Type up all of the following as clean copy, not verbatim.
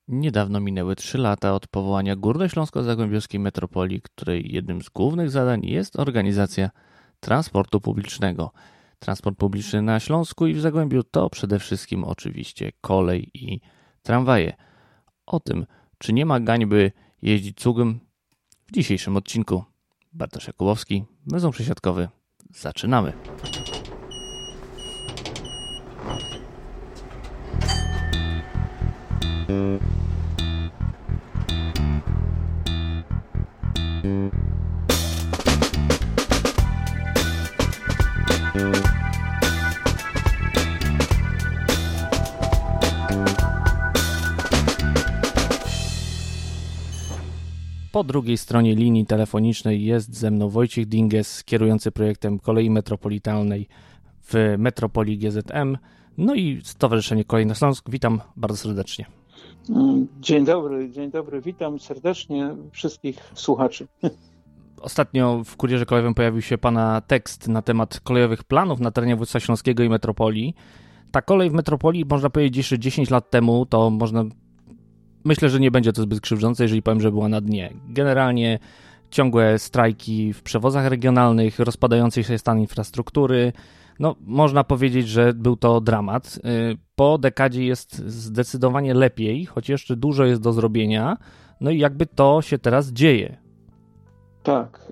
Niedawno minęły 3 lata od powołania Górnośląsko-Zagłębiowskiej Metropolii, której jednym z głównych zadań jest organizacja transportu publicznego. Transport publiczny na Śląsku i w Zagłębiu to przede wszystkim oczywiście kolej i tramwaje. O tym, czy nie ma gańby jeździć cugiem, w dzisiejszym odcinku. Bartosz Jakubowski, Węzeł Przesiadkowy. Zaczynamy. Po drugiej stronie linii telefonicznej jest ze mną Wojciech Dinges, kierujący projektem Kolei Metropolitalnej w Metropolii GZM, no i Stowarzyszenie Kolej na Śląsk. Witam bardzo serdecznie. Dzień dobry, witam serdecznie wszystkich słuchaczy. Ostatnio w Kurierze Kolejowym pojawił się pana tekst na temat kolejowych planów na terenie województwa śląskiego i metropolii. Ta kolej w metropolii, można powiedzieć, jeszcze 10 lat temu, to myślę, że nie będzie to zbyt krzywdzące, jeżeli powiem, że była na dnie. Generalnie ciągłe strajki w przewozach regionalnych, rozpadający się stan infrastruktury. No, można powiedzieć, że był to dramat. Po dekadzie jest zdecydowanie lepiej, choć jeszcze dużo jest do zrobienia. No i jakby to się teraz dzieje. Tak.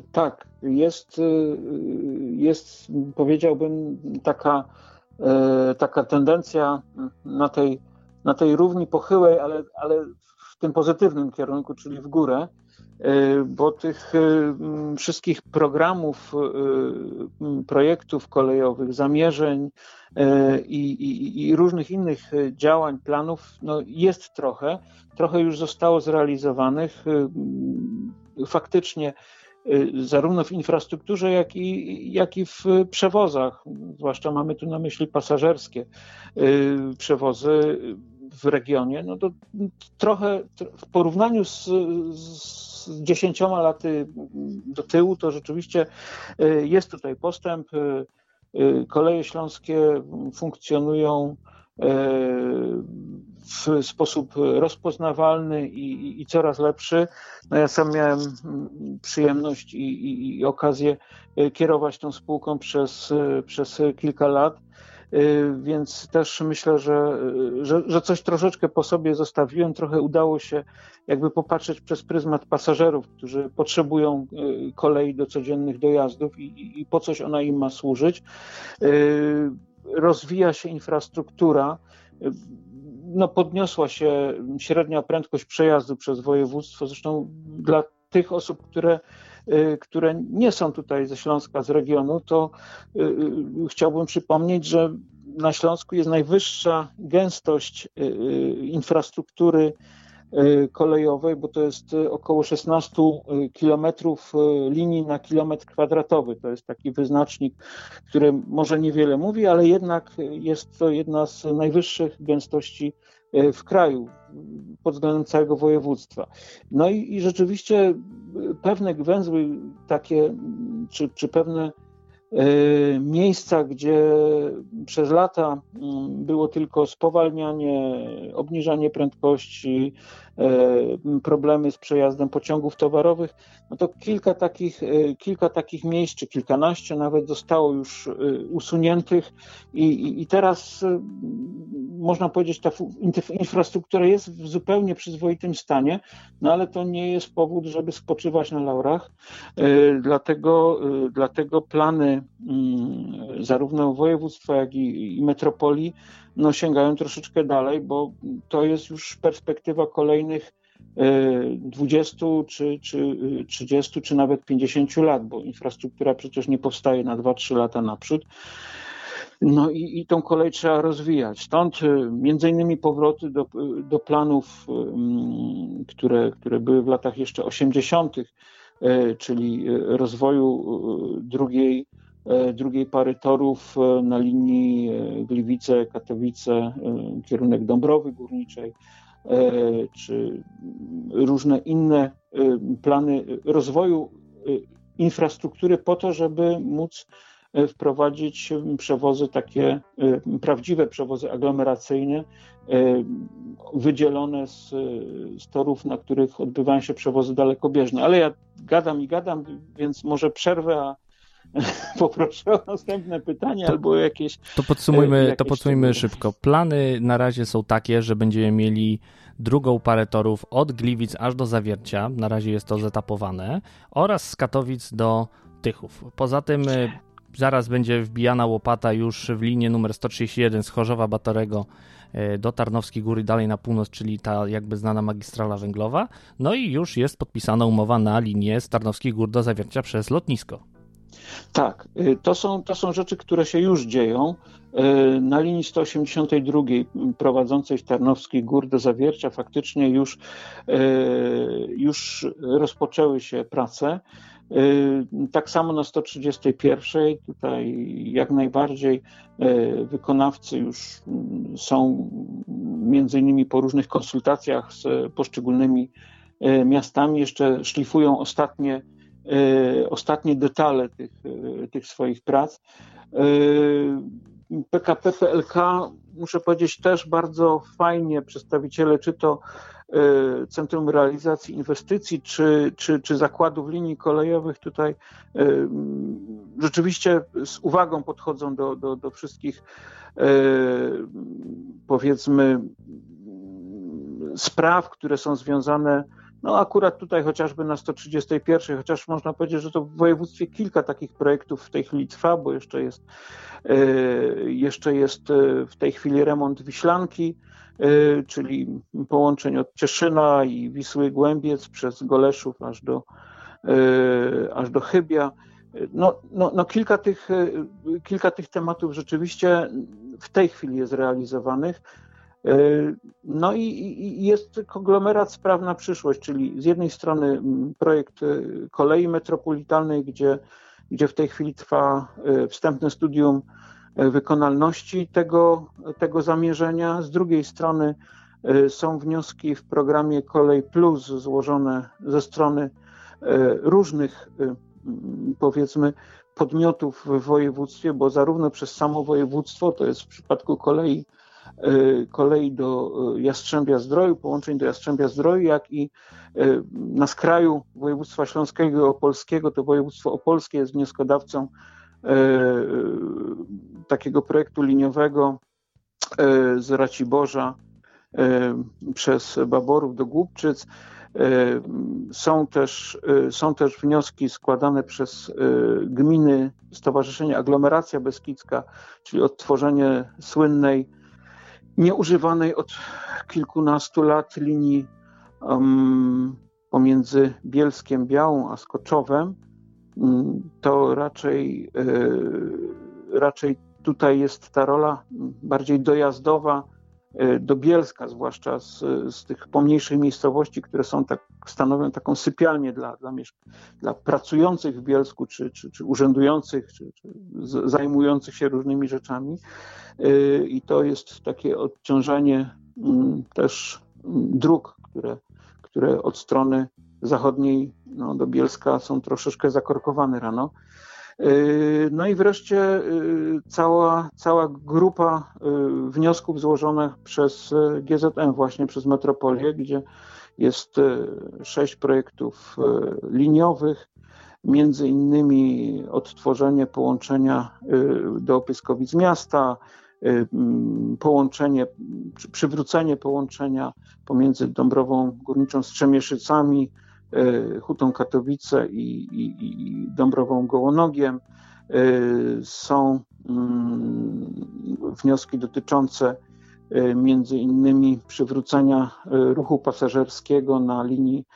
Jest, powiedziałbym, taka tendencja na tej równi pochyłej, ale w tym pozytywnym kierunku, czyli w górę, bo tych wszystkich programów, projektów kolejowych, zamierzeń i różnych innych działań, planów, no jest trochę już zostało zrealizowanych. Faktycznie zarówno w infrastrukturze, jak i w przewozach, zwłaszcza mamy tu na myśli pasażerskie przewozy w regionie, no to trochę w porównaniu z 10 laty do tyłu, to rzeczywiście jest tutaj postęp. Koleje śląskie funkcjonują w sposób rozpoznawalny i coraz lepszy. No ja sam miałem przyjemność i okazję kierować tą spółką przez kilka lat, więc też myślę, że coś troszeczkę po sobie zostawiłem. Trochę udało się jakby popatrzeć przez pryzmat pasażerów, którzy potrzebują kolei do codziennych dojazdów i po coś ona im ma służyć. Rozwija się infrastruktura. No, podniosła się średnia prędkość przejazdu przez województwo. Zresztą dla tych osób, które nie są tutaj ze Śląska, z regionu, to chciałbym przypomnieć, że na Śląsku jest najwyższa gęstość infrastruktury kolejowej, bo to jest około 16 kilometrów linii na kilometr kwadratowy. To jest taki wyznacznik, który może niewiele mówi, ale jednak jest to jedna z najwyższych gęstości w kraju pod względem całego województwa. No i rzeczywiście pewne węzły takie, czy pewne miejsca, gdzie przez lata było tylko spowalnianie, obniżanie prędkości, problemy z przejazdem pociągów towarowych, no to kilka takich miejsc, czy kilkanaście nawet zostało już usuniętych i teraz można powiedzieć, ta infrastruktura jest w zupełnie przyzwoitym stanie, no ale to nie jest powód, żeby spoczywać na laurach. Dlatego plany zarówno województwa, jak i metropolii no, sięgają troszeczkę dalej, bo to jest już perspektywa kolejnych 20 czy 30 czy nawet 50 lat, bo infrastruktura przecież nie powstaje na 2-3 lata naprzód. No i tą kolej trzeba rozwijać. Stąd między innymi powroty do planów, które były w latach jeszcze 80., czyli rozwoju drugiej pary torów na linii Gliwice-Katowice, kierunek Dąbrowy Górniczej, czy różne inne plany rozwoju infrastruktury po to, żeby móc wprowadzić przewozy takie prawdziwe przewozy aglomeracyjne, wydzielone z torów, na których odbywają się przewozy dalekobieżne. Ale ja gadam, więc może przerwę, a poproszę o następne pytanie albo jakieś... To podsumujmy szybko. Plany na razie są takie, że będziemy mieli drugą parę torów od Gliwic aż do Zawiercia. Na razie jest to zetapowane. Oraz z Katowic do Tychów. Poza tym zaraz będzie wbijana łopata już w linię numer 131 z Chorzowa Batorego do Tarnowskiej Góry, dalej na północ, czyli ta jakby znana magistrala węglowa. No i już jest podpisana umowa na linię z Tarnowskich Gór do Zawiercia przez lotnisko. Tak, to są rzeczy, które się już dzieją. Na linii 182 prowadzącej z Tarnowskich Gór do Zawiercia faktycznie już rozpoczęły się prace. Tak samo na 131 tutaj jak najbardziej wykonawcy już są między innymi po różnych konsultacjach z poszczególnymi miastami, jeszcze szlifują ostatnie detale tych swoich prac. PKP PLK, muszę powiedzieć, też bardzo fajnie przedstawiciele, czy to Centrum Realizacji Inwestycji, czy zakładów linii kolejowych tutaj rzeczywiście z uwagą podchodzą do wszystkich, powiedzmy, spraw, które są związane. No akurat tutaj chociażby na 131, chociaż można powiedzieć, że to w województwie kilka takich projektów w tej chwili trwa, bo jeszcze jest w tej chwili remont Wiślanki, czyli połączeń od Cieszyna i Wisły Głębiec przez Goleszów aż do Chybia. Kilka tych tematów rzeczywiście w tej chwili jest realizowanych. No i jest konglomerat spraw na przyszłość, czyli z jednej strony projekt kolei metropolitalnej, gdzie w tej chwili trwa wstępne studium wykonalności tego zamierzenia. Z drugiej strony są wnioski w programie Kolej Plus złożone ze strony różnych, powiedzmy, podmiotów w województwie, bo zarówno przez samo województwo, to jest w przypadku kolei do Jastrzębia-Zdroju, połączeń do Jastrzębia-Zdroju, jak i na skraju województwa śląskiego i opolskiego, to województwo opolskie jest wnioskodawcą takiego projektu liniowego z Raciborza przez Baborów do Głubczyc. Są też wnioski składane przez gminy Stowarzyszenie Aglomeracja Beskidzka, czyli odtworzenie słynnej, nieużywanej od kilkunastu lat linii pomiędzy Bielskiem Białą a Skoczowem. To raczej tutaj jest ta rola bardziej dojazdowa do Bielska, zwłaszcza z tych pomniejszych miejscowości, które stanowią taką sypialnię dla pracujących w Bielsku, czy urzędujących, czy zajmujących się różnymi rzeczami. I to jest takie odciążenie też dróg, które od strony zachodniej do Bielska są troszeczkę zakorkowane rano. No i wreszcie cała grupa wniosków złożonych przez GZM, właśnie przez metropolię, gdzie jest 6 projektów liniowych, między innymi odtworzenie połączenia do Pyskowic miasta, przywrócenie połączenia pomiędzy Dąbrową Górniczą Strzemieszycami, Hutą Katowice i Dąbrową Gołonogiem. Są wnioski dotyczące między innymi przywrócenia ruchu pasażerskiego na linii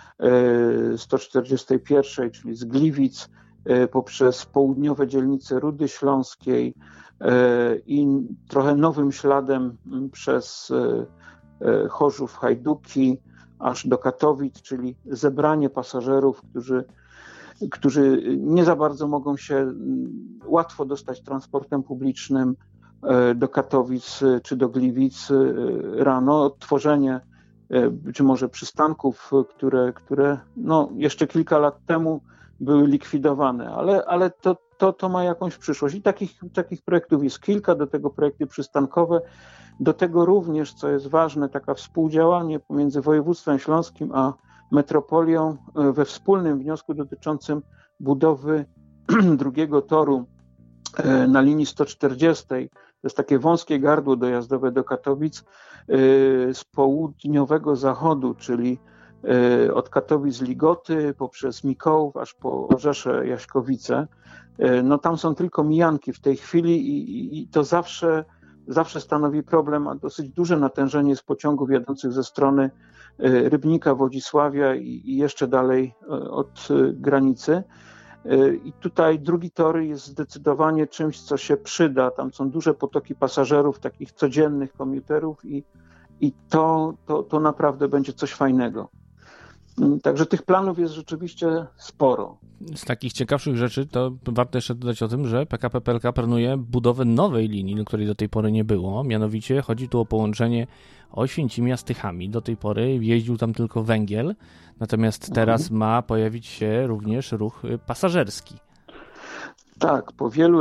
141, czyli z Gliwic poprzez południowe dzielnice Rudy Śląskiej i trochę nowym śladem przez Chorzów, Hajduki aż do Katowic, czyli zebranie pasażerów, którzy nie za bardzo mogą się łatwo dostać transportem publicznym do Katowic czy do Gliwic rano, odtworzenie być może przystanków, które jeszcze kilka lat temu były likwidowane, ale to ma jakąś przyszłość. I takich projektów jest kilka, do tego projekty przystankowe, do tego również, co jest ważne, taka współdziałanie pomiędzy województwem śląskim a metropolią we wspólnym wniosku dotyczącym budowy drugiego toru na linii 140. To jest takie wąskie gardło dojazdowe do Katowic z południowego zachodu, czyli od Katowic Ligoty poprzez Mikołów aż po Orzesze Jaśkowice. No tam są tylko mijanki w tej chwili i to zawsze stanowi problem, a dosyć duże natężenie z pociągów jadących ze strony Rybnika, Wodzisławia i jeszcze dalej od granicy. I tutaj drugi tor jest zdecydowanie czymś, co się przyda. Tam są duże potoki pasażerów, takich codziennych komuterów i to naprawdę będzie coś fajnego. Także tych planów jest rzeczywiście sporo. Z takich ciekawszych rzeczy to warto jeszcze dodać o tym, że PKP PLK planuje budowę nowej linii, której do tej pory nie było. Mianowicie chodzi tu o połączenie Oświęcimia z Tychami. Do tej pory jeździł tam tylko węgiel, natomiast teraz ma pojawić się również ruch pasażerski. Tak, po wielu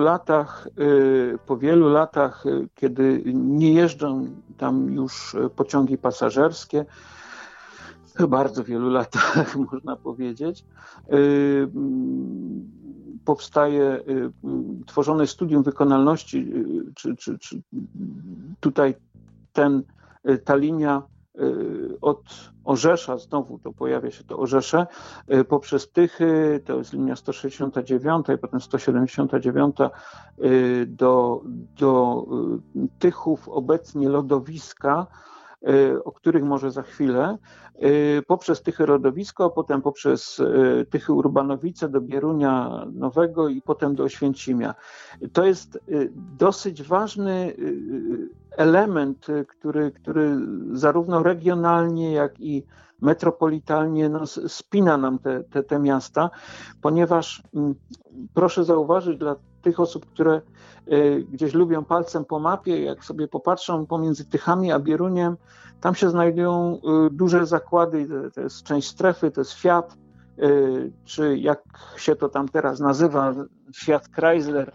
latach, kiedy nie jeżdżą tam już pociągi pasażerskie, bardzo wielu latach, można powiedzieć, powstaje tworzone studium wykonalności, czy tutaj ta linia od Orzesza, znowu to pojawia się to Orzesze, poprzez Tychy, to jest linia 169, potem 179 do Tychów, obecnie lodowiska, o których może za chwilę, poprzez Tychy Lodowisko, potem poprzez Tychy Urbanowice do Bierunia Nowego i potem do Oświęcimia. To jest dosyć ważny element, który zarówno regionalnie, jak i metropolitalnie spina nam te miasta, ponieważ proszę zauważyć dla tych osób, które gdzieś lubią palcem po mapie, jak sobie popatrzą pomiędzy Tychami a Bieruniem, tam się znajdują duże zakłady, to jest część strefy, to jest Fiat, czy jak się to tam teraz nazywa, Fiat Chrysler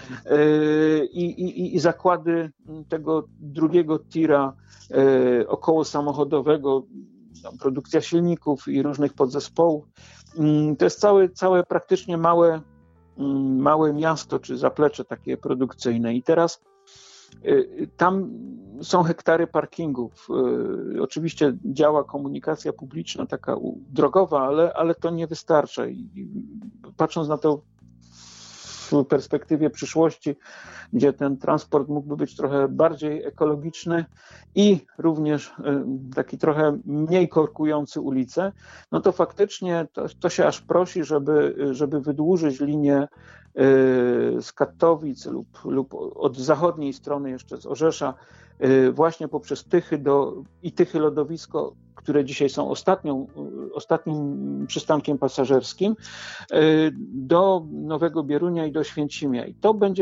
i zakłady tego drugiego tira około samochodowego, produkcja silników i różnych podzespołów. To jest całe praktycznie małe miasto, czy zaplecze takie produkcyjne. I teraz tam są hektary parkingów. Oczywiście działa komunikacja publiczna, taka drogowa, ale to nie wystarcza. I patrząc na to w perspektywie przyszłości, gdzie ten transport mógłby być trochę bardziej ekologiczny i również taki trochę mniej korkujący ulice, no to faktycznie to się aż prosi, żeby wydłużyć linię z Katowic lub od zachodniej strony jeszcze z Orzesza właśnie poprzez Tychy i Tychy Lodowisko, które dzisiaj są ostatnim przystankiem pasażerskim, do Nowego Bierunia i do Święcimia. I to będzie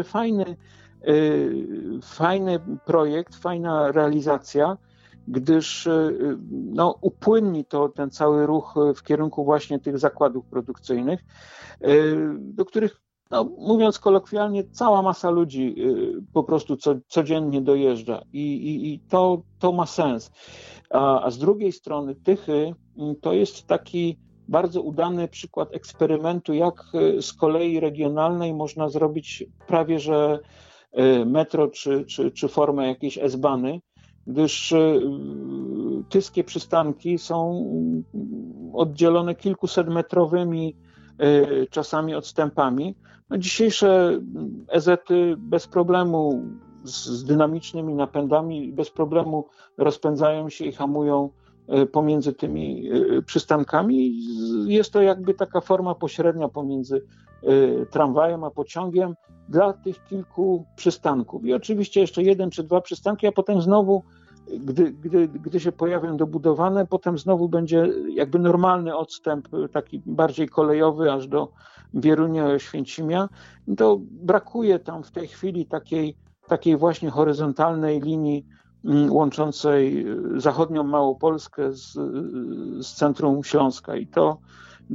fajny projekt, fajna realizacja, gdyż upłynni to ten cały ruch w kierunku właśnie tych zakładów produkcyjnych, do których, mówiąc kolokwialnie, cała masa ludzi po prostu codziennie dojeżdża i to ma sens. A z drugiej strony Tychy to jest taki bardzo udany przykład eksperymentu, jak z kolei regionalnej można zrobić prawie że metro czy formę jakiejś S-bany, gdyż tyskie przystanki są oddzielone kilkusetmetrowymi czasami odstępami. Dzisiejsze EZ-y bez problemu z dynamicznymi napędami bez problemu rozpędzają się i hamują pomiędzy tymi przystankami. Jest to jakby taka forma pośrednia pomiędzy tramwajem a pociągiem dla tych kilku przystanków. I oczywiście jeszcze 1 czy 2 przystanki, a potem znowu, gdy się pojawią dobudowane, potem znowu będzie jakby normalny odstęp, taki bardziej kolejowy, aż do Bierunia i Oświęcimia. To brakuje tam w tej chwili takiej właśnie horyzontalnej linii łączącej zachodnią Małopolskę z centrum Śląska. I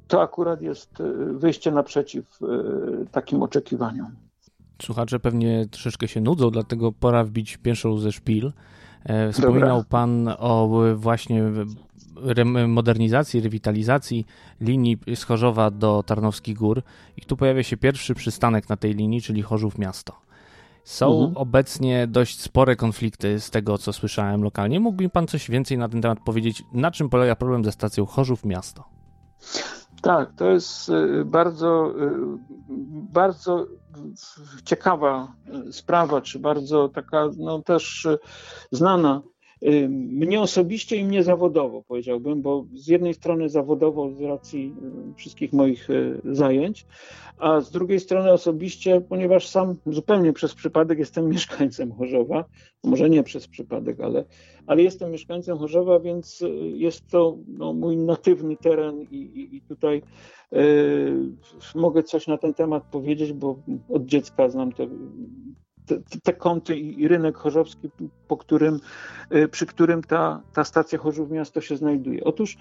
to akurat jest wyjście naprzeciw takim oczekiwaniom. Słuchacze pewnie troszeczkę się nudzą, dlatego pora wbić pierwszą ze szpil. Wspominał Pan o właśnie modernizacji, rewitalizacji linii z Chorzowa do Tarnowskich Gór i tu pojawia się pierwszy przystanek na tej linii, czyli Chorzów miasto. Są obecnie dość spore konflikty z tego, co słyszałem lokalnie. Mógłby mi Pan coś więcej na ten temat powiedzieć? Na czym polega problem ze stacją Chorzów miasto? Tak, to jest bardzo, bardzo ciekawa sprawa, czy bardzo taka też znana. Mnie osobiście i mnie zawodowo, powiedziałbym, bo z jednej strony zawodowo z racji wszystkich moich zajęć, a z drugiej strony osobiście, ponieważ sam zupełnie przez przypadek jestem mieszkańcem Chorzowa, może nie przez przypadek, ale jestem mieszkańcem Chorzowa, więc jest to mój natywny teren i tutaj mogę coś na ten temat powiedzieć, bo od dziecka znam te kąty i rynek chorzowski, przy którym ta stacja Chorzów miasto się znajduje. Otóż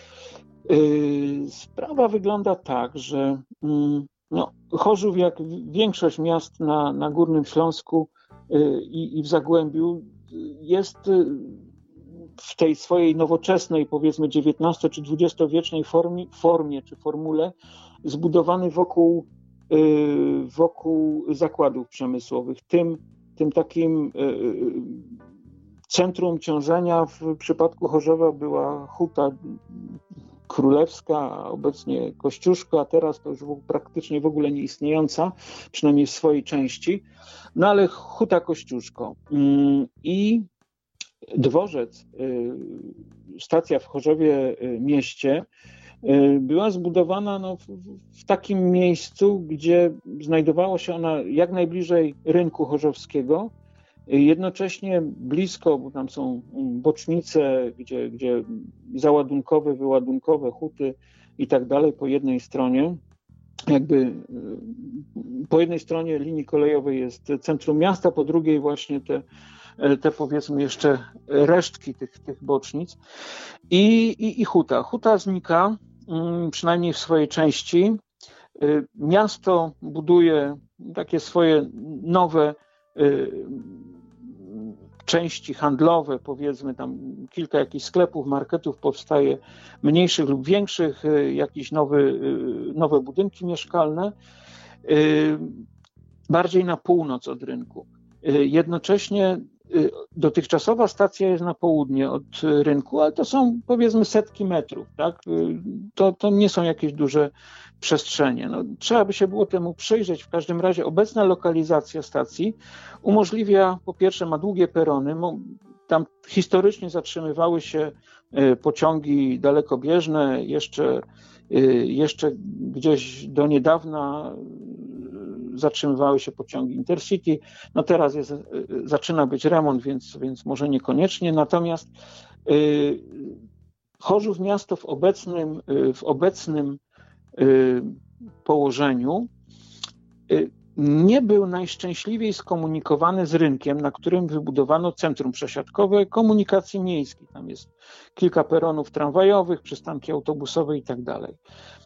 sprawa wygląda tak, że Chorzów, jak większość miast na Górnym Śląsku i w Zagłębiu, jest w tej swojej nowoczesnej, powiedzmy XIX czy XX-wiecznej formie czy formule zbudowany wokół zakładów przemysłowych. Tym takim centrum ciążenia w przypadku Chorzowa była Huta Królewska, a obecnie Kościuszko, a teraz to już praktycznie w ogóle nie istniejąca, przynajmniej w swojej części, no ale Huta Kościuszko. I dworzec, stacja w Chorzowie mieście była zbudowana w takim miejscu, gdzie znajdowała się ona jak najbliżej rynku chorzowskiego, jednocześnie blisko, bo tam są bocznice, gdzie załadunkowe, wyładunkowe, huty i tak dalej po jednej stronie. Jakby po jednej stronie linii kolejowej jest centrum miasta, po drugiej właśnie te powiedzmy jeszcze resztki tych bocznic i huta. Huta znika, przynajmniej w swojej części. Miasto buduje takie swoje nowe części handlowe, powiedzmy tam kilka jakichś sklepów, marketów powstaje, mniejszych lub większych, jakieś nowe budynki mieszkalne, bardziej na północ od rynku. Jednocześnie dotychczasowa stacja jest na południe od rynku, ale to są powiedzmy setki metrów, tak? To nie są jakieś duże przestrzenie. Trzeba by się było temu przyjrzeć. W każdym razie obecna lokalizacja stacji umożliwia, po pierwsze, ma długie perony. Tam historycznie zatrzymywały się pociągi dalekobieżne, jeszcze gdzieś do niedawna zatrzymywały się pociągi Intercity. Teraz zaczyna być remont, więc może niekoniecznie. Natomiast Chorzów miasto w obecnym położeniu nie był najszczęśliwiej skomunikowany z rynkiem, na którym wybudowano centrum przesiadkowe komunikacji miejskiej. Tam jest kilka peronów tramwajowych, przystanki autobusowe i tak dalej.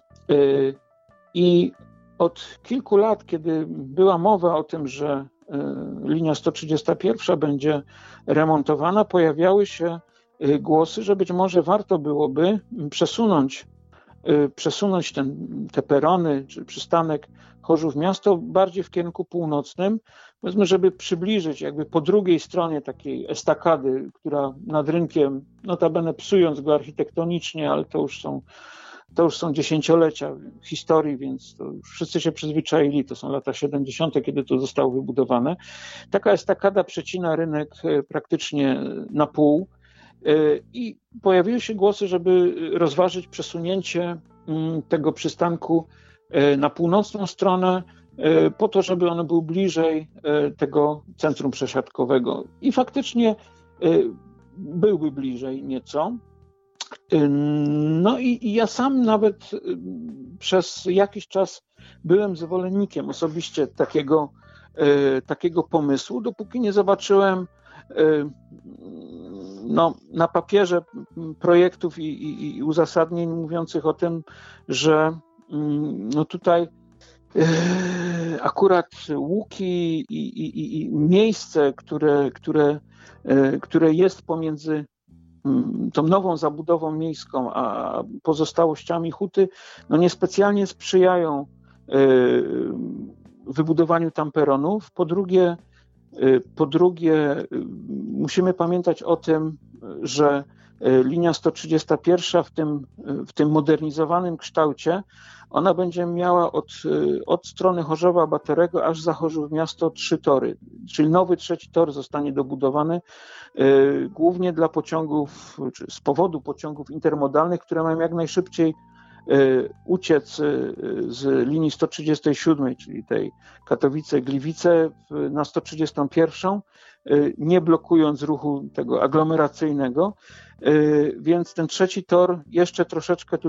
I od kilku lat, kiedy była mowa o tym, że linia 131 będzie remontowana, pojawiały się głosy, że być może warto byłoby przesunąć te perony czy przystanek Chorzów miasto bardziej w kierunku północnym, powiedzmy, żeby przybliżyć jakby po drugiej stronie takiej estakady, która nad rynkiem, notabene psując go architektonicznie, ale to już są dziesięciolecia historii, więc to już wszyscy się przyzwyczaili, to są lata 70., kiedy to zostało wybudowane. Taka estakada przecina rynek praktycznie na pół i pojawiły się głosy, żeby rozważyć przesunięcie tego przystanku na północną stronę, po to, żeby on był bliżej tego centrum przesiadkowego. I faktycznie byłby bliżej nieco. I ja sam nawet przez jakiś czas byłem zwolennikiem osobiście takiego pomysłu, dopóki nie zobaczyłem na papierze projektów i uzasadnień mówiących o tym, że tutaj akurat łuki i miejsce, które jest pomiędzy tą nową zabudową miejską a pozostałościami huty, niespecjalnie sprzyjają wybudowaniu tam peronów. Po drugie, musimy pamiętać o tym, że linia 131 w tym modernizowanym kształcie, ona będzie miała od strony Chorzowa Batorego aż za Chorzów Miasto 3 tory, czyli nowy 3. tor zostanie dobudowany głównie dla pociągów, czy z powodu pociągów intermodalnych, które mają jak najszybciej uciec z linii 137, czyli tej Katowice-Gliwice na 131, nie blokując ruchu tego aglomeracyjnego, więc ten 3. tor jeszcze troszeczkę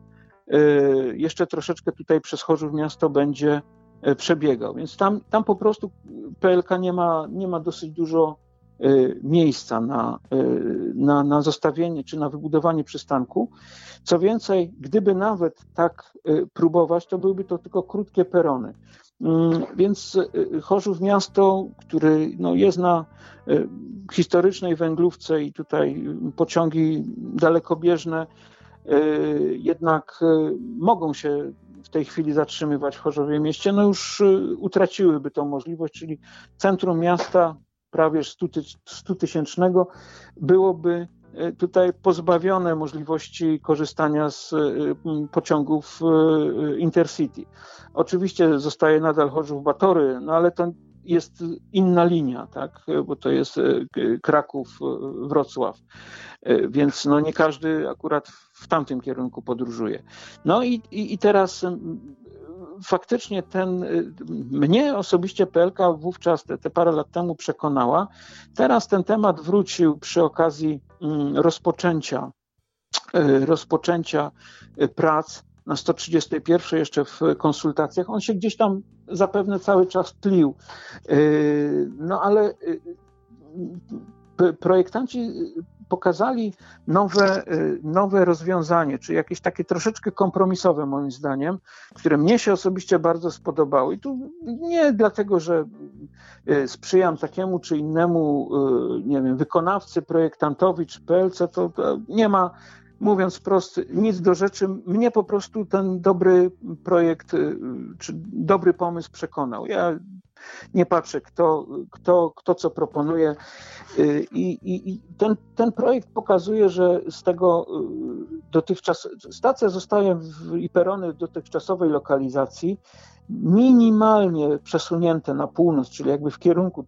tutaj przez Chorzów Miasto będzie przebiegał, więc tam po prostu PLK nie ma dosyć dużo miejsca na zostawienie czy na wybudowanie przystanku. Co więcej, gdyby nawet tak próbować, to byłyby to tylko krótkie perony. Więc Chorzów Miasto, który jest na historycznej węglówce i tutaj pociągi dalekobieżne jednak mogą się w tej chwili zatrzymywać w Chorzowie Mieście, już utraciłyby tą możliwość, czyli centrum miasta prawie 100-tysięcznego byłoby tutaj pozbawione możliwości korzystania z pociągów Intercity. Oczywiście zostaje nadal Chorzów-Batory, ale to jest inna linia, tak? Bo to jest Kraków-Wrocław, więc nie każdy akurat w tamtym kierunku podróżuje. I teraz faktycznie mnie osobiście PLK wówczas te parę lat temu przekonała. Teraz ten temat wrócił przy okazji rozpoczęcia prac na 131 jeszcze w konsultacjach. On się gdzieś tam zapewne cały czas tlił. Ale projektanci pokazali nowe rozwiązanie, czy jakieś takie troszeczkę kompromisowe moim zdaniem, które mnie się osobiście bardzo spodobało. I tu nie dlatego, że sprzyjam takiemu czy innemu, nie wiem, wykonawcy, projektantowi czy PLC, to nie ma, mówiąc wprost, nic do rzeczy. Mnie po prostu ten dobry projekt czy dobry pomysł przekonał. Ja nie patrzę, kto co proponuje. I ten projekt pokazuje, że z tego dotychczas stacja zostaje i perony w dotychczasowej lokalizacji minimalnie przesunięte na północ, czyli jakby w kierunku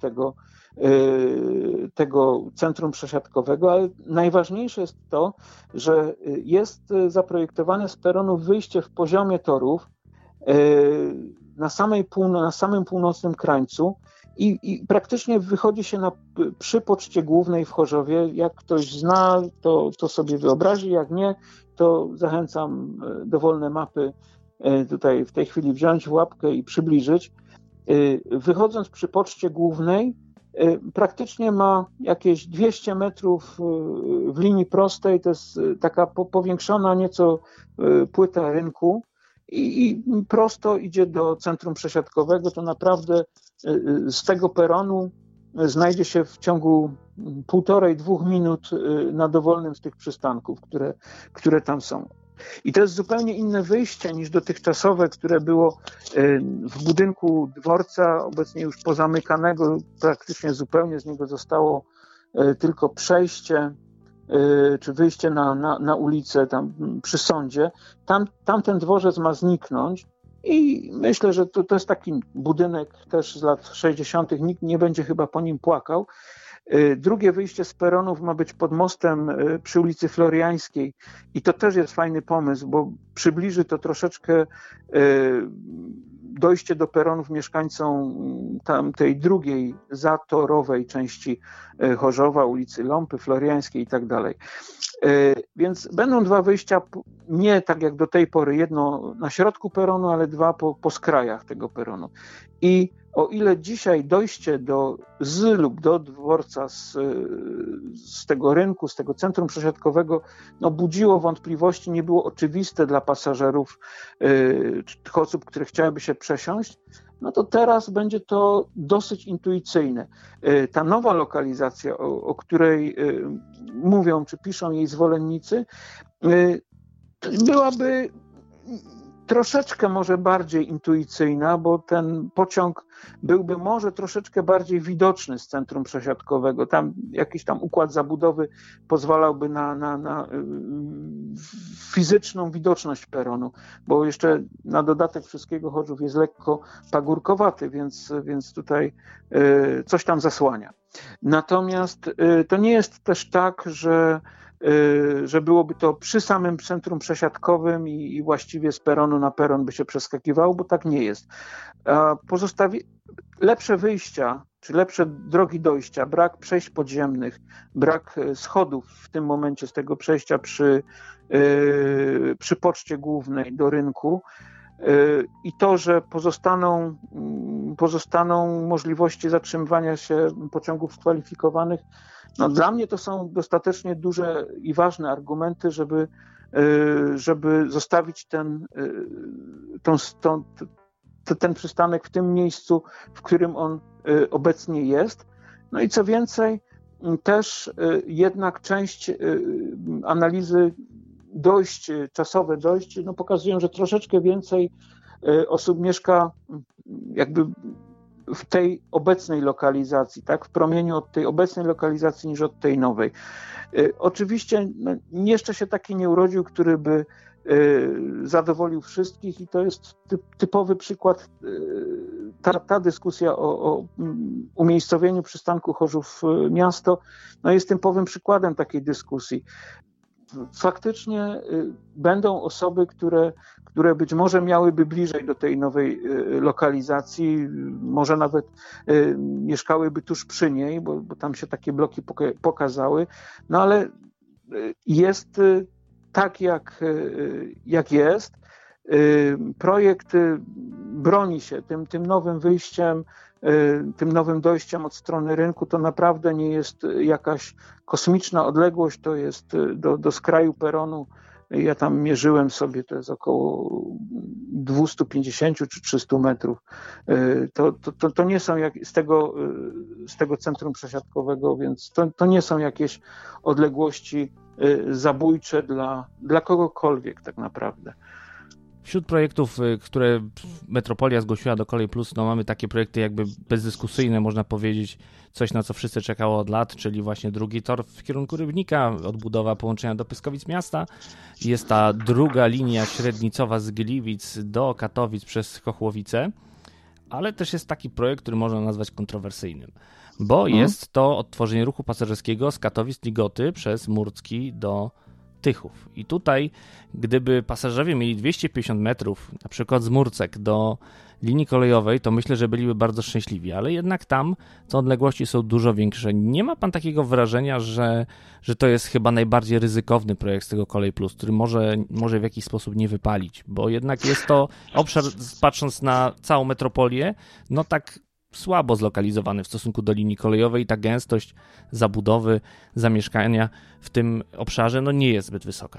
tego centrum przesiadkowego, ale najważniejsze jest to, że jest zaprojektowane z peronu wyjście w poziomie torów na samym północnym krańcu i praktycznie wychodzi się przy poczcie głównej w Chorzowie. Jak ktoś zna, to sobie wyobrazi, jak nie, to zachęcam dowolne mapy tutaj w tej chwili wziąć w łapkę i przybliżyć. Wychodząc przy poczcie głównej, praktycznie ma jakieś 200 metrów w linii prostej, to jest taka powiększona nieco płyta rynku, i prosto idzie do centrum przesiadkowego. To naprawdę z tego peronu znajdzie się w ciągu 1,5-2 minut na dowolnym z tych przystanków, które tam są. I to jest zupełnie inne wyjście niż dotychczasowe, które było w budynku dworca, obecnie już pozamykanego, praktycznie zupełnie z niego zostało tylko przejście czy wyjście na ulicę tam przy sądzie. Tam ten dworzec ma zniknąć i myślę, że to jest taki budynek też z lat 60. Nikt nie będzie chyba po nim płakał. Drugie wyjście z peronów ma być pod mostem przy ulicy Floriańskiej i to też jest fajny pomysł, bo przybliży to troszeczkę dojście do peronów mieszkańcom tamtej drugiej zatorowej części Chorzowa, ulicy Ląpy, Floriańskiej i tak dalej. Więc będą 2 wyjścia, nie tak jak do tej pory, jedno na środku peronu, ale 2 po skrajach tego peronu. I o ile dzisiaj dojście lub do dworca z tego rynku, z tego centrum przesiadkowego budziło wątpliwości, nie było oczywiste dla pasażerów czy tych osób, które chciałyby się przesiąść, to teraz będzie to dosyć intuicyjne. Ta nowa lokalizacja, o której mówią czy piszą jej zwolennicy, byłaby troszeczkę może bardziej intuicyjna, bo ten pociąg byłby może troszeczkę bardziej widoczny z centrum przesiadkowego. Tam jakiś tam układ zabudowy pozwalałby na fizyczną widoczność peronu, bo jeszcze na dodatek wszystkiego Chorzów jest lekko pagórkowaty, więc tutaj coś tam zasłania. Natomiast to nie jest też tak, że byłoby to przy samym centrum przesiadkowym i właściwie z peronu na peron by się przeskakiwało, bo tak nie jest. Lepsze wyjścia, czy lepsze drogi dojścia, brak przejść podziemnych, brak schodów w tym momencie z tego przejścia przy poczcie głównej do rynku i to, że pozostaną możliwości zatrzymywania się pociągów skwalifikowanych, dla mnie to są dostatecznie duże i ważne argumenty, żeby zostawić ten przystanek w tym miejscu, w którym on obecnie jest. No i co więcej, też jednak część analizy czasowe dojść, pokazują, że troszeczkę więcej osób mieszka jakby w tej obecnej lokalizacji, tak, w promieniu od tej obecnej lokalizacji niż od tej nowej. Oczywiście jeszcze się taki nie urodził, który by zadowolił wszystkich i to jest typowy przykład, ta dyskusja o umiejscowieniu przystanku Chorzów miasto, jest typowym przykładem takiej dyskusji. Faktycznie będą osoby, które być może miałyby bliżej do tej nowej lokalizacji, może nawet mieszkałyby tuż przy niej, bo tam się takie bloki pokazały, ale jest tak, jak jest. Projekt broni się tym nowym wyjściem, tym nowym dojściem od strony rynku. To naprawdę nie jest jakaś kosmiczna odległość, to jest do skraju peronu. Ja tam mierzyłem sobie, to jest około 250 czy 300 metrów. To nie są z tego centrum przesiadkowego, więc to nie są jakieś odległości zabójcze dla kogokolwiek tak naprawdę. Wśród projektów, które Metropolia zgłosiła do Kolej Plus, mamy takie projekty jakby bezdyskusyjne, można powiedzieć, coś na co wszyscy czekało od lat, czyli właśnie drugi tor w kierunku Rybnika, odbudowa połączenia do Pyskowic miasta. Jest ta druga linia średnicowa z Gliwic do Katowic przez Chochłowice, ale też jest taki projekt, który można nazwać kontrowersyjnym, bo jest to odtworzenie ruchu pasażerskiego z Katowic-Ligoty przez Murcki do Tychów. I tutaj, gdyby pasażerowie mieli 250 metrów, na przykład z Murcek do linii kolejowej, to myślę, że byliby bardzo szczęśliwi, ale jednak tam te odległości są dużo większe. Nie ma pan takiego wrażenia, że to jest chyba najbardziej ryzykowny projekt z tego Kolej Plus, który może w jakiś sposób nie wypalić, bo jednak jest to obszar, patrząc na całą metropolię, tak słabo zlokalizowany w stosunku do linii kolejowej i ta gęstość zabudowy, zamieszkania w tym obszarze nie jest zbyt wysoka.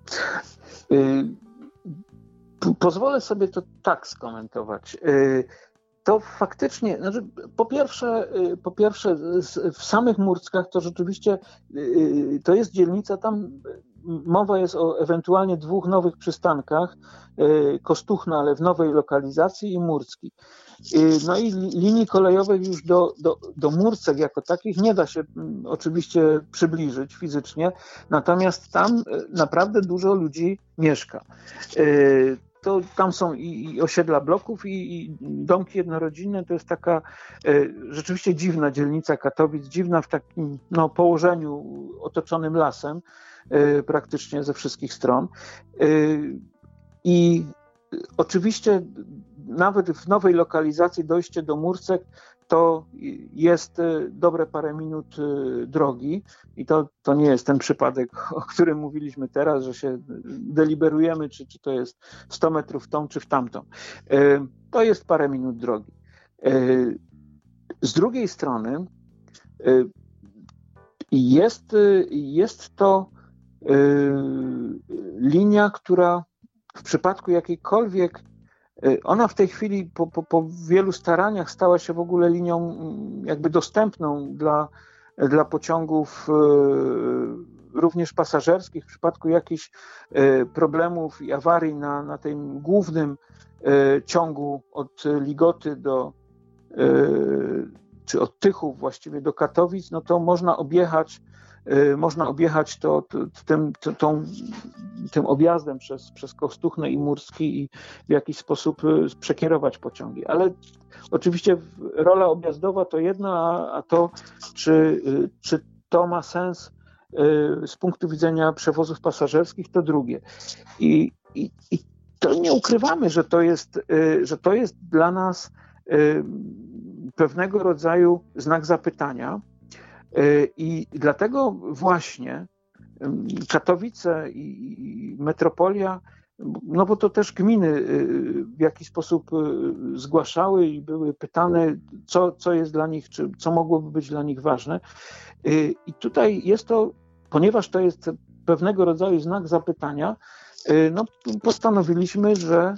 Pozwolę sobie to tak skomentować. To faktycznie, po pierwsze w samych Murckach to rzeczywiście to jest dzielnica, tam mowa jest o ewentualnie 2 nowych przystankach, Kostuchna, ale w nowej lokalizacji i Murcki. I linii kolejowej już do Murcek jako takich nie da się oczywiście przybliżyć fizycznie, natomiast tam naprawdę dużo ludzi mieszka. Tam są i osiedla bloków, i domki jednorodzinne. To jest taka rzeczywiście dziwna dzielnica Katowic, dziwna w takim położeniu otoczonym lasem praktycznie ze wszystkich stron. I oczywiście nawet w nowej lokalizacji dojście do Murcek to jest dobre parę minut drogi i to nie jest ten przypadek, o którym mówiliśmy teraz, że się deliberujemy, czy to jest 100 metrów w tą, czy w tamtą. To jest parę minut drogi. Z drugiej strony jest to linia, która w przypadku jakiejkolwiek, ona w tej chwili po wielu staraniach stała się w ogóle linią jakby dostępną dla pociągów również pasażerskich. W przypadku jakichś problemów i awarii na tym głównym ciągu od Ligoty czy od Tychów właściwie do Katowic, no to można objechać to tym objazdem przez Kostuchnę i Murski i w jakiś sposób przekierować pociągi. Ale oczywiście rola objazdowa to jedno, a to, czy to ma sens z punktu widzenia przewozów pasażerskich, to drugie. I to nie ukrywamy, że to jest dla nas pewnego rodzaju znak zapytania. I dlatego właśnie Katowice i metropolia, no bo to też gminy w jakiś sposób zgłaszały i były pytane, co jest dla nich, czy co mogłoby być dla nich ważne. I tutaj jest to, ponieważ to jest pewnego rodzaju znak zapytania, no postanowiliśmy, że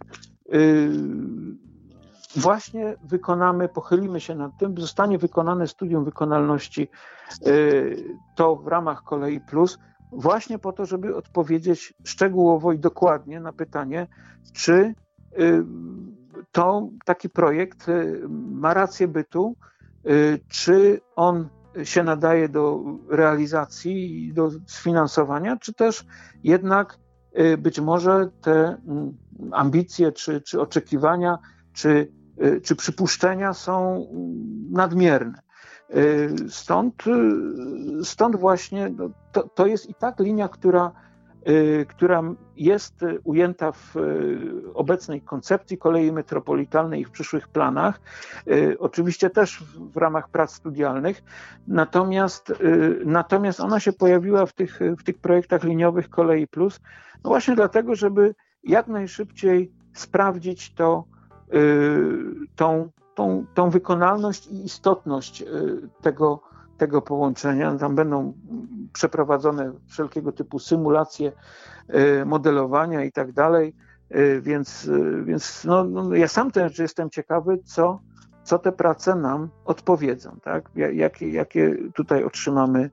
właśnie pochylimy się nad tym, zostanie wykonane studium wykonalności to w ramach Kolei Plus, właśnie po to, żeby odpowiedzieć szczegółowo i dokładnie na pytanie, czy taki projekt ma rację bytu, czy on się nadaje do realizacji i do sfinansowania, czy też jednak być może te ambicje, czy oczekiwania, czy przypuszczenia są nadmierne. Stąd właśnie to jest i tak linia, która jest ujęta w obecnej koncepcji kolei metropolitalnej i w przyszłych planach, oczywiście też w ramach prac studialnych, natomiast ona się pojawiła w tych projektach liniowych Kolei Plus, no właśnie dlatego, żeby jak najszybciej sprawdzić tą wykonalność i istotność tego połączenia. Tam będą przeprowadzone wszelkiego typu symulacje, modelowania i tak dalej, więc ja sam też jestem ciekawy, co te prace nam odpowiedzą, tak? Jakie tutaj otrzymamy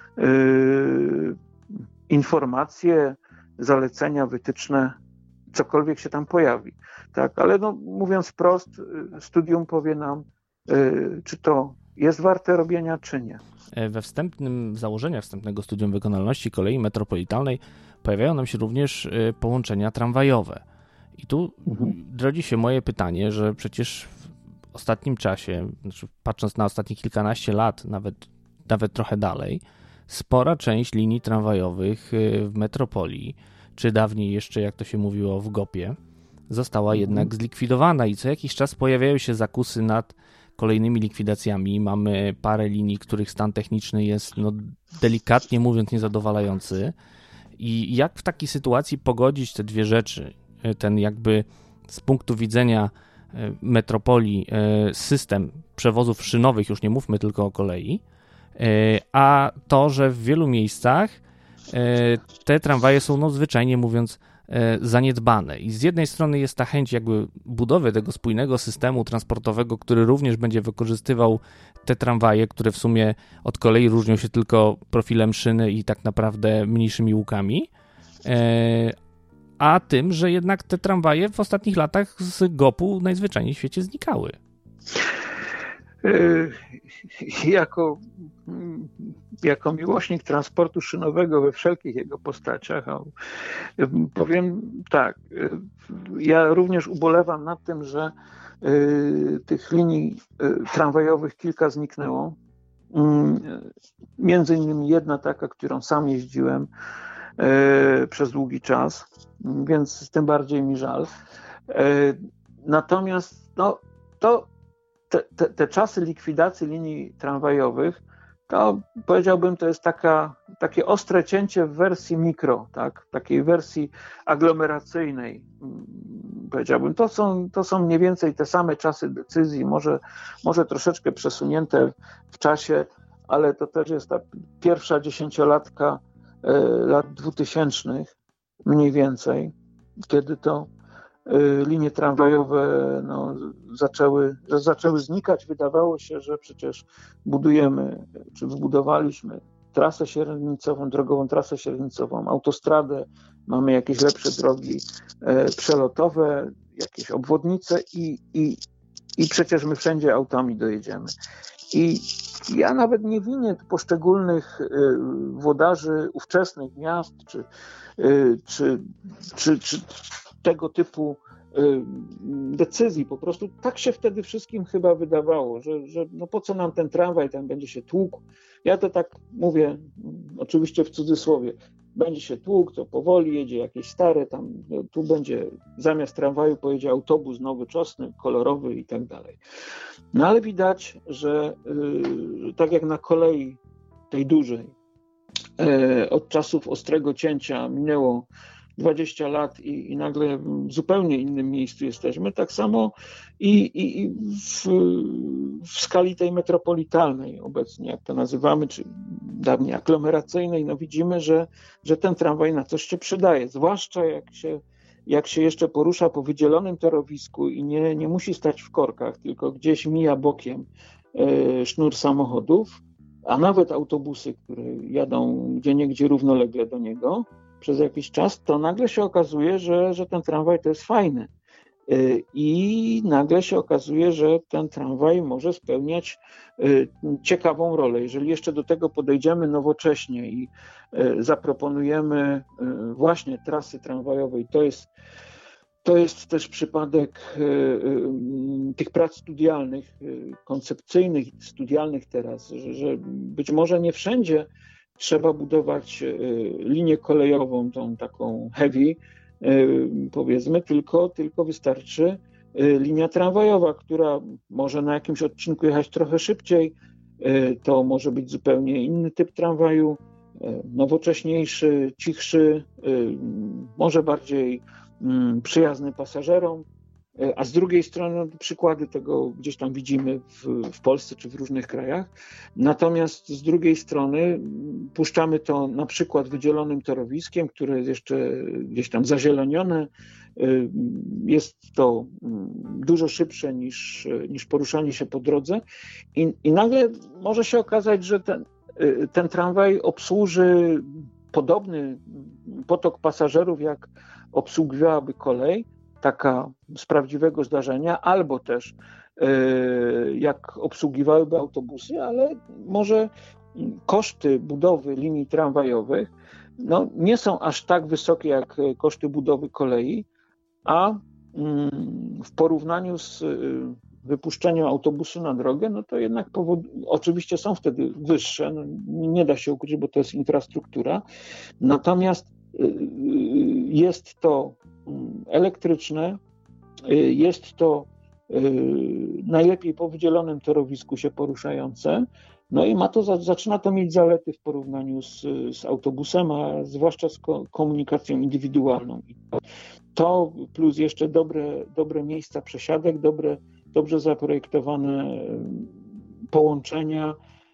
informacje, zalecenia, wytyczne, cokolwiek się tam pojawi. Tak, ale mówiąc wprost, studium powie nam, czy to jest warte robienia, czy nie. W założeniach wstępnego studium wykonalności kolei metropolitalnej pojawiają nam się również połączenia tramwajowe. I tu rodzi się moje pytanie, że przecież w ostatnim czasie, znaczy patrząc na ostatnie kilkanaście lat, nawet trochę dalej, spora część linii tramwajowych w metropolii, czy dawniej jeszcze, jak to się mówiło, w GOP-ie, została jednak zlikwidowana i co jakiś czas pojawiają się zakusy nad kolejnymi likwidacjami. Mamy parę linii, których stan techniczny jest, delikatnie mówiąc, niezadowalający. I jak w takiej sytuacji pogodzić te dwie rzeczy? Ten jakby z punktu widzenia metropolii system przewozów szynowych, już nie mówmy tylko o kolei, a to, że w wielu miejscach te tramwaje są, zwyczajnie mówiąc, zaniedbane. I z jednej strony jest ta chęć jakby budowy tego spójnego systemu transportowego, który również będzie wykorzystywał te tramwaje, które w sumie od kolei różnią się tylko profilem szyny i tak naprawdę mniejszymi łukami, a tym, że jednak te tramwaje w ostatnich latach z GOP-u najzwyczajniej w świecie znikały. Jako miłośnik transportu szynowego we wszelkich jego postaciach, powiem tak, ja również ubolewam nad tym, że tych linii tramwajowych kilka zniknęło. Między innymi jedna taka, którą sam jeździłem przez długi czas, więc tym bardziej mi żal. Natomiast te czasy likwidacji linii tramwajowych, to powiedziałbym, to jest takie ostre cięcie w wersji mikro, tak? Takiej wersji aglomeracyjnej. powiedziałbym. To są mniej więcej te same czasy decyzji, może troszeczkę przesunięte w czasie, ale to też jest ta pierwsza dziesięciolatka lat 2000 mniej więcej, kiedy to linie tramwajowe zaczęły znikać. Wydawało się, że przecież budujemy, czy wybudowaliśmy trasę średnicową, drogową trasę średnicową, autostradę, mamy jakieś lepsze drogi przelotowe, jakieś obwodnice i przecież my wszędzie autami dojedziemy. I ja nawet nie winię poszczególnych włodarzy ówczesnych miast, czy tego typu decyzji. Po prostu tak się wtedy wszystkim chyba wydawało, że no po co nam ten tramwaj, tam będzie się tłukł. Ja to tak mówię, oczywiście w cudzysłowie, będzie się tłukł, to powoli jedzie jakieś stare, tam tu będzie zamiast tramwaju pojedzie autobus nowoczesny, kolorowy i tak dalej. No ale widać, że tak jak na kolei tej dużej, od czasów ostrego cięcia minęło 20 lat i nagle w zupełnie innym miejscu jesteśmy, tak samo i w skali tej metropolitalnej obecnie, jak to nazywamy, czy dawniej aglomeracyjnej, no widzimy, że ten tramwaj na coś się przydaje, zwłaszcza jak się jeszcze porusza po wydzielonym torowisku i nie musi stać w korkach, tylko gdzieś mija bokiem sznur samochodów, a nawet autobusy, które jadą gdzieniegdzie równolegle do niego przez jakiś czas, to nagle się okazuje, że ten tramwaj to jest fajny. I nagle się okazuje, że ten tramwaj może spełniać ciekawą rolę. Jeżeli jeszcze do tego podejdziemy nowocześnie i zaproponujemy właśnie trasy tramwajowe, i to jest też przypadek tych prac studialnych, koncepcyjnych, studialnych teraz, że być może nie wszędzie trzeba budować linię kolejową, tą taką heavy, powiedzmy, tylko wystarczy linia tramwajowa, która może na jakimś odcinku jechać trochę szybciej. To może być zupełnie inny typ tramwaju, nowocześniejszy, cichszy, może bardziej przyjazny pasażerom. A z drugiej strony przykłady tego gdzieś tam widzimy w Polsce czy w różnych krajach. Natomiast z drugiej strony puszczamy to na przykład wydzielonym torowiskiem, które jest jeszcze gdzieś tam zazielenione. Jest to dużo szybsze niż poruszanie się po drodze. I nagle może się okazać, że ten tramwaj obsłuży podobny potok pasażerów, jak obsługiwałaby kolej, taka z prawdziwego zdarzenia, albo też jak obsługiwałyby autobusy, ale może koszty budowy linii tramwajowych nie są aż tak wysokie jak koszty budowy kolei, a w porównaniu z wypuszczeniem autobusu na drogę, no to jednak oczywiście są wtedy wyższe, nie da się ukryć, bo to jest infrastruktura, natomiast jest to elektryczne, jest to najlepiej po wydzielonym torowisku się poruszające, no i zaczyna to mieć zalety w porównaniu z autobusem, a zwłaszcza z komunikacją indywidualną. To plus jeszcze dobre miejsca przesiadek, dobrze zaprojektowane połączenia,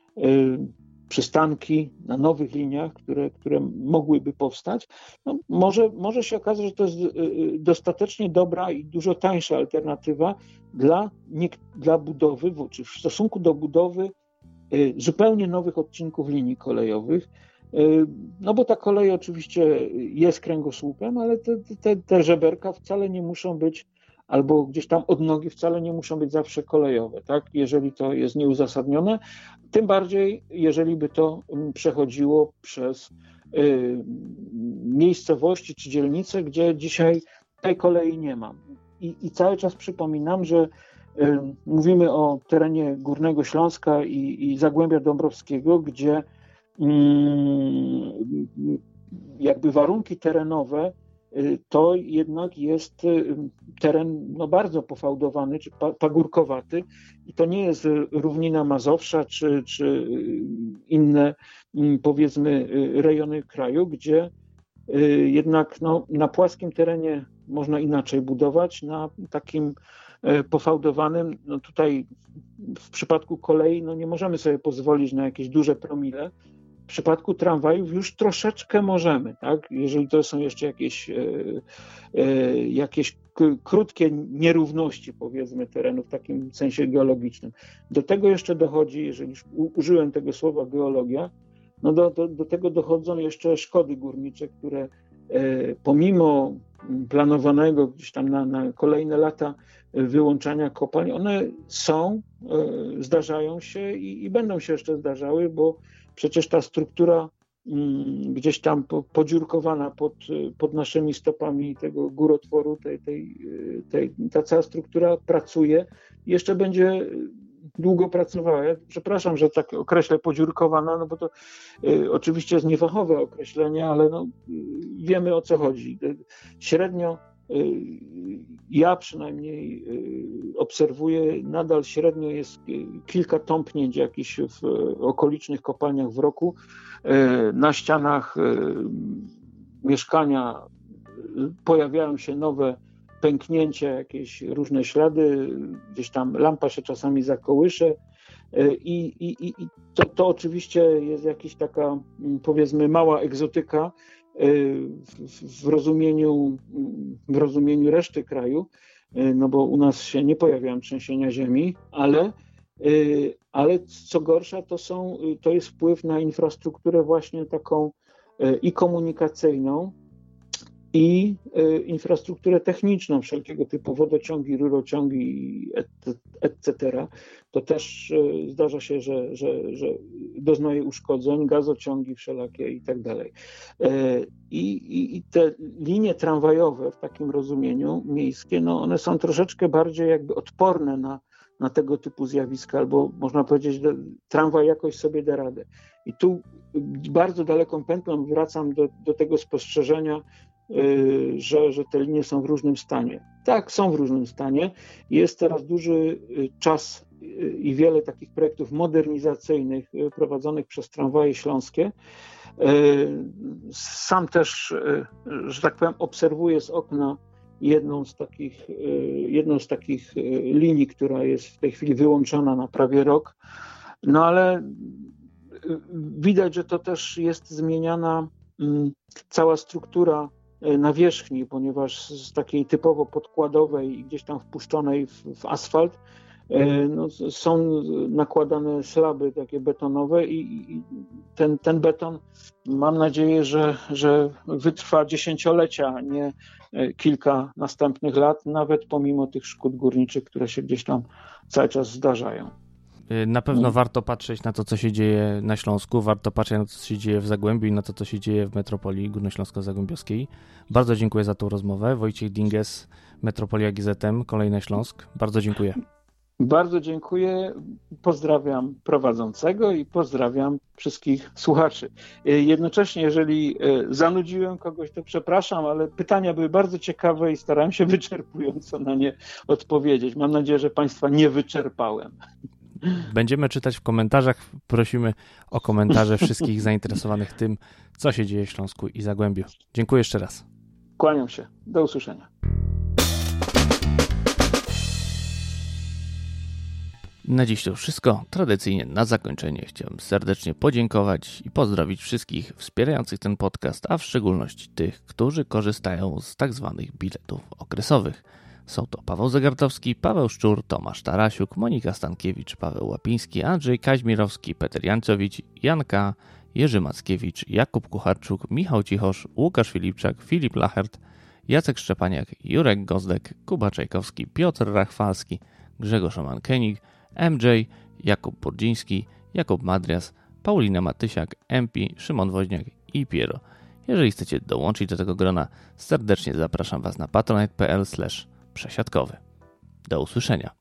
przystanki na nowych liniach, które mogłyby powstać, może się okazać, że to jest dostatecznie dobra i dużo tańsza alternatywa dla budowy, czy w stosunku do budowy zupełnie nowych odcinków linii kolejowych. No bo ta kolej oczywiście jest kręgosłupem, ale te żeberka wcale nie muszą być, albo gdzieś tam odnogi wcale nie muszą być zawsze kolejowe, tak? Jeżeli to jest nieuzasadnione, tym bardziej, jeżeli by to przechodziło przez miejscowości czy dzielnice, gdzie dzisiaj tej kolei nie ma. I cały czas przypominam, że mówimy o terenie Górnego Śląska i Zagłębia Dąbrowskiego, gdzie jakby warunki terenowe to jednak jest teren bardzo pofałdowany, czy pagórkowaty i to nie jest równina Mazowsza, czy inne, powiedzmy, rejony kraju, gdzie jednak na płaskim terenie można inaczej budować na takim pofałdowanym. No tutaj w przypadku kolei nie możemy sobie pozwolić na jakieś duże promile. W przypadku tramwajów już troszeczkę możemy, tak? Jeżeli to są jeszcze jakieś krótkie nierówności, powiedzmy, terenu w takim sensie geologicznym. Do tego jeszcze dochodzi, jeżeli już użyłem tego słowa geologia, do tego dochodzą jeszcze szkody górnicze, które pomimo planowanego gdzieś tam na kolejne lata wyłączania kopalń, one są, zdarzają się i będą się jeszcze zdarzały, bo przecież ta struktura gdzieś tam podziurkowana pod naszymi stopami tego górotworu, ta cała struktura pracuje i jeszcze będzie długo pracowała. Ja przepraszam, że tak określę podziurkowana, bo to oczywiście jest niefachowe określenie, ale wiemy, o co chodzi. Średnio ja przynajmniej obserwuję, nadal średnio jest kilka tąpnięć jakichś w okolicznych kopalniach w roku. Na ścianach mieszkania pojawiają się nowe pęknięcia, jakieś różne ślady, gdzieś tam lampa się czasami zakołysze i to oczywiście jest jakaś taka, powiedzmy, mała egzotyka w rozumieniu reszty kraju, bo u nas się nie pojawiają trzęsienia ziemi, ale co gorsza to jest wpływ na infrastrukturę właśnie taką i komunikacyjną, i infrastrukturę techniczną, wszelkiego typu wodociągi, rurociągi, etc. To też zdarza się, że doznaje uszkodzeń, gazociągi wszelakie i tak dalej. I te linie tramwajowe w takim rozumieniu miejskie, one są troszeczkę bardziej jakby odporne na tego typu zjawiska, albo można powiedzieć, że tramwaj jakoś sobie da radę. I tu bardzo daleką pętlą wracam do tego spostrzeżenia, że te linie są w różnym stanie. Tak, są w różnym stanie. Jest teraz duży czas i wiele takich projektów modernizacyjnych prowadzonych przez Tramwaje Śląskie. Sam też, że tak powiem, obserwuję z okna jedną z takich linii, która jest w tej chwili wyłączona na prawie rok. Ale widać, że to też jest zmieniana cała struktura nawierzchni, ponieważ z takiej typowo podkładowej i gdzieś tam wpuszczonej w asfalt są nakładane szlaby takie betonowe i ten beton, mam nadzieję, że wytrwa dziesięciolecia, a nie kilka następnych lat, nawet pomimo tych szkód górniczych, które się gdzieś tam cały czas zdarzają. Na pewno warto patrzeć na to, co się dzieje na Śląsku, warto patrzeć na to, co się dzieje w Zagłębiu i na to, co się dzieje w metropolii górnośląsko-zagłębiowskiej. Bardzo dziękuję za tą rozmowę. Wojciech Dinges, Metropolia GZM, Kolejny Śląsk. Bardzo dziękuję. Bardzo dziękuję. Pozdrawiam prowadzącego i pozdrawiam wszystkich słuchaczy. Jednocześnie, jeżeli zanudziłem kogoś, to przepraszam, ale pytania były bardzo ciekawe i starałem się wyczerpująco na nie odpowiedzieć. Mam nadzieję, że Państwa nie wyczerpałem. Będziemy czytać w komentarzach. Prosimy o komentarze wszystkich zainteresowanych tym, co się dzieje w Śląsku i Zagłębiu. Dziękuję jeszcze raz. Kłaniam się. Do usłyszenia. Na dziś to wszystko. Tradycyjnie na zakończenie chciałem serdecznie podziękować i pozdrowić wszystkich wspierających ten podcast, a w szczególności tych, którzy korzystają z tak zwanych biletów okresowych. Są to Paweł Zegartowski, Paweł Szczur, Tomasz Tarasiuk, Monika Stankiewicz, Paweł Łapiński, Andrzej Kaźmirowski, Peter Jancowicz, Janka, Jerzy Mackiewicz, Jakub Kucharczuk, Michał Cichosz, Łukasz Filipczak, Filip Lachert, Jacek Szczepaniak, Jurek Gozdek, Kuba Czajkowski, Piotr Rachwalski, Grzegorz Oman-Kenig, MJ, Jakub Burdziński, Jakub Madrias, Paulina Matysiak, MP, Szymon Woźniak i Piero. Jeżeli chcecie dołączyć do tego grona, serdecznie zapraszam Was na patronite.pl/przesiadkowy. Do usłyszenia.